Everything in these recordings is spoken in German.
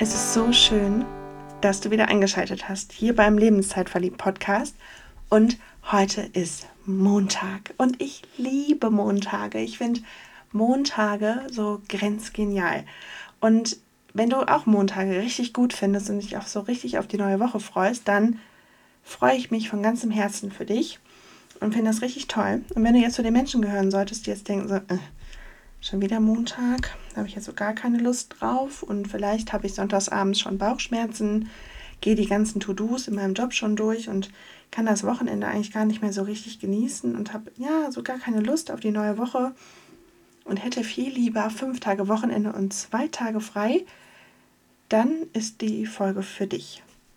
Es ist so schön, dass du wieder eingeschaltet hast, hier beim Lebenszeitverliebt-Podcast. Und heute ist Montag und ich liebe Montage. Ich finde Montage so grenzgenial. Und wenn du auch Montage richtig gut findest und dich auch so richtig auf die neue Woche freust, dann freue ich mich von ganzem Herzen für dich und finde das richtig toll. Und wenn du jetzt zu den Menschen gehören solltest, die jetzt denken so, schon wieder Montag, da habe ich jetzt so gar keine Lust drauf und vielleicht habe ich sonntagsabends schon Bauchschmerzen, gehe die ganzen To-Dos in meinem Job schon durch und kann das Wochenende eigentlich gar nicht mehr so richtig genießen und habe so gar keine Lust auf die neue Woche und hätte viel lieber 5 Tage Wochenende und 2 Tage frei, dann ist die Folge für dich.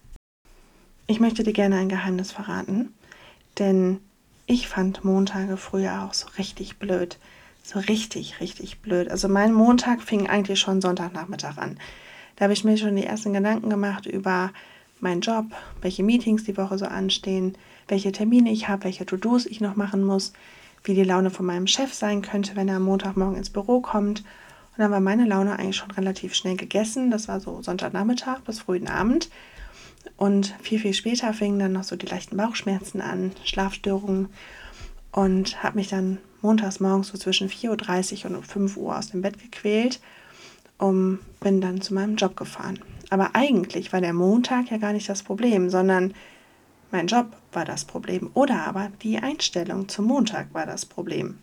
Ich möchte dir gerne ein Geheimnis verraten, denn ich fand Montage früher auch so richtig blöd. So richtig, richtig blöd. Also mein Montag fing eigentlich schon Sonntagnachmittag an. Da habe ich mir schon die ersten Gedanken gemacht über meinen Job, welche Meetings die Woche so anstehen, welche Termine ich habe, welche To-Dos ich noch machen muss, wie die Laune von meinem Chef sein könnte, wenn er am Montagmorgen ins Büro kommt. Und dann war meine Laune eigentlich schon relativ schnell gegessen. Das war so Sonntagnachmittag bis frühen Abend. Und viel, viel später fingen dann noch so die leichten Bauchschmerzen an, Schlafstörungen und habe mich dann montags morgens so zwischen 4:30 Uhr und 5 Uhr aus dem Bett gequält und bin dann zu meinem Job gefahren. Aber eigentlich war der Montag ja gar nicht das Problem, sondern mein Job war das Problem oder aber die Einstellung zum Montag war das Problem.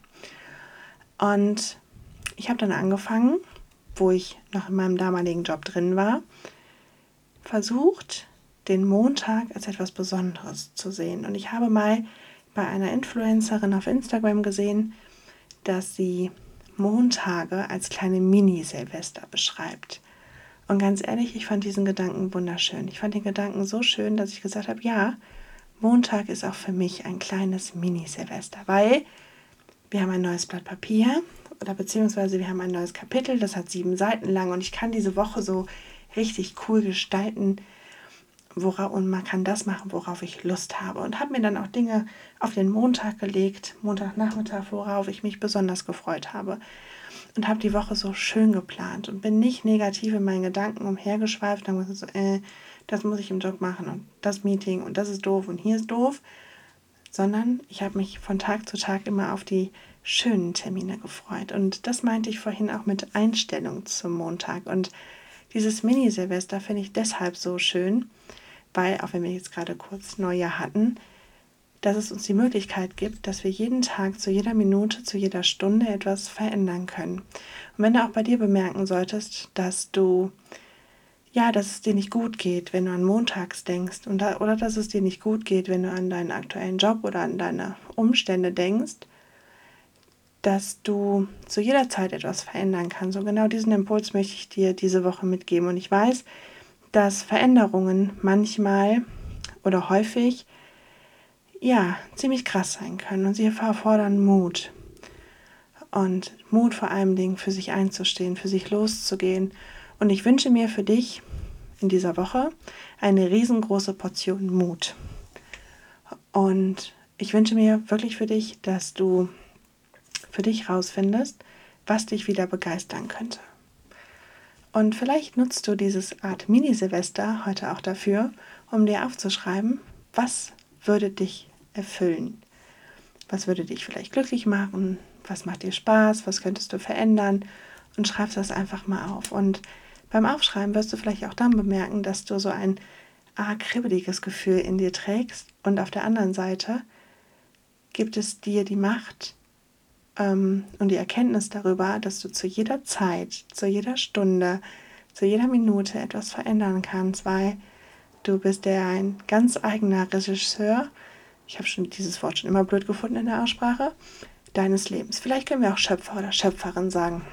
Und ich habe dann angefangen, wo ich noch in meinem damaligen Job drin war, versucht, den Montag als etwas Besonderes zu sehen. Und ich habe mal bei einer Influencerin auf Instagram gesehen, dass sie Montage als kleine Mini-Silvester beschreibt. Und ganz ehrlich, ich fand diesen Gedanken wunderschön. Ich fand den Gedanken so schön, dass ich gesagt habe, ja, Montag ist auch für mich ein kleines Mini-Silvester, weil wir haben ein neues Blatt Papier oder beziehungsweise wir haben ein neues Kapitel, das hat 7 Seiten lang und ich kann diese Woche so richtig cool gestalten, und man kann das machen, worauf ich Lust habe. Und habe mir dann auch Dinge auf den Montag gelegt, Montagnachmittag, worauf ich mich besonders gefreut habe. Und habe die Woche so schön geplant und bin nicht negativ in meinen Gedanken umhergeschweift und habe gesagt, das muss ich im Job machen und das Meeting und das ist doof und hier ist doof. Sondern ich habe mich von Tag zu Tag immer auf die schönen Termine gefreut. Und das meinte ich vorhin auch mit Einstellung zum Montag. Und dieses Mini-Silvester finde ich deshalb so schön, weil, auch wenn wir jetzt gerade kurz Neujahr hatten, dass es uns die Möglichkeit gibt, dass wir jeden Tag, zu jeder Minute, zu jeder Stunde etwas verändern können. Und wenn du auch bei dir bemerken solltest, dass es dir nicht gut geht, wenn du an montags denkst, oder dass es dir nicht gut geht, wenn du an deinen aktuellen Job oder an deine Umstände denkst, dass du zu jeder Zeit etwas verändern kannst. Und genau diesen Impuls möchte ich dir diese Woche mitgeben. Und ich weiß, dass Veränderungen manchmal oder häufig ziemlich krass sein können und sie erfordern Mut. Und Mut vor allem Dingen für sich einzustehen, für sich loszugehen. Und ich wünsche mir für dich in dieser Woche eine riesengroße Portion Mut. Und ich wünsche mir wirklich für dich, dass du für dich rausfindest, was dich wieder begeistern könnte. Und vielleicht nutzt du dieses Art Mini-Silvester heute auch dafür, um dir aufzuschreiben, was würde dich erfüllen? Was würde dich vielleicht glücklich machen? Was macht dir Spaß? Was könntest du verändern? Und schreibst das einfach mal auf. Und beim Aufschreiben wirst du vielleicht auch dann bemerken, dass du so ein kribbeliges Gefühl in dir trägst. Und auf der anderen Seite gibt es dir die Macht, und die Erkenntnis darüber, dass du zu jeder Zeit, zu jeder Stunde, zu jeder Minute etwas verändern kannst, weil du bist ein ganz eigener Regisseur, ich habe dieses Wort schon immer blöd gefunden in der Aussprache, deines Lebens. Vielleicht können wir auch Schöpfer oder Schöpferin sagen.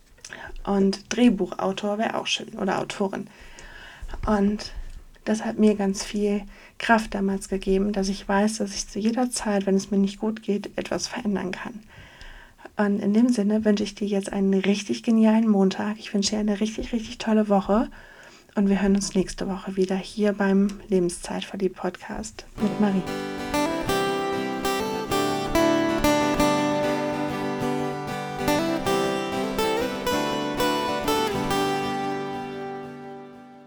Und Drehbuchautor wäre auch schön oder Autorin. Und das hat mir ganz viel Kraft damals gegeben, dass ich weiß, dass ich zu jeder Zeit, wenn es mir nicht gut geht, etwas verändern kann. Und in dem Sinne wünsche ich dir jetzt einen richtig genialen Montag. Ich wünsche dir eine richtig, richtig tolle Woche. Und wir hören uns nächste Woche wieder hier beim Lebenszeitverliebt-Podcast mit Marie.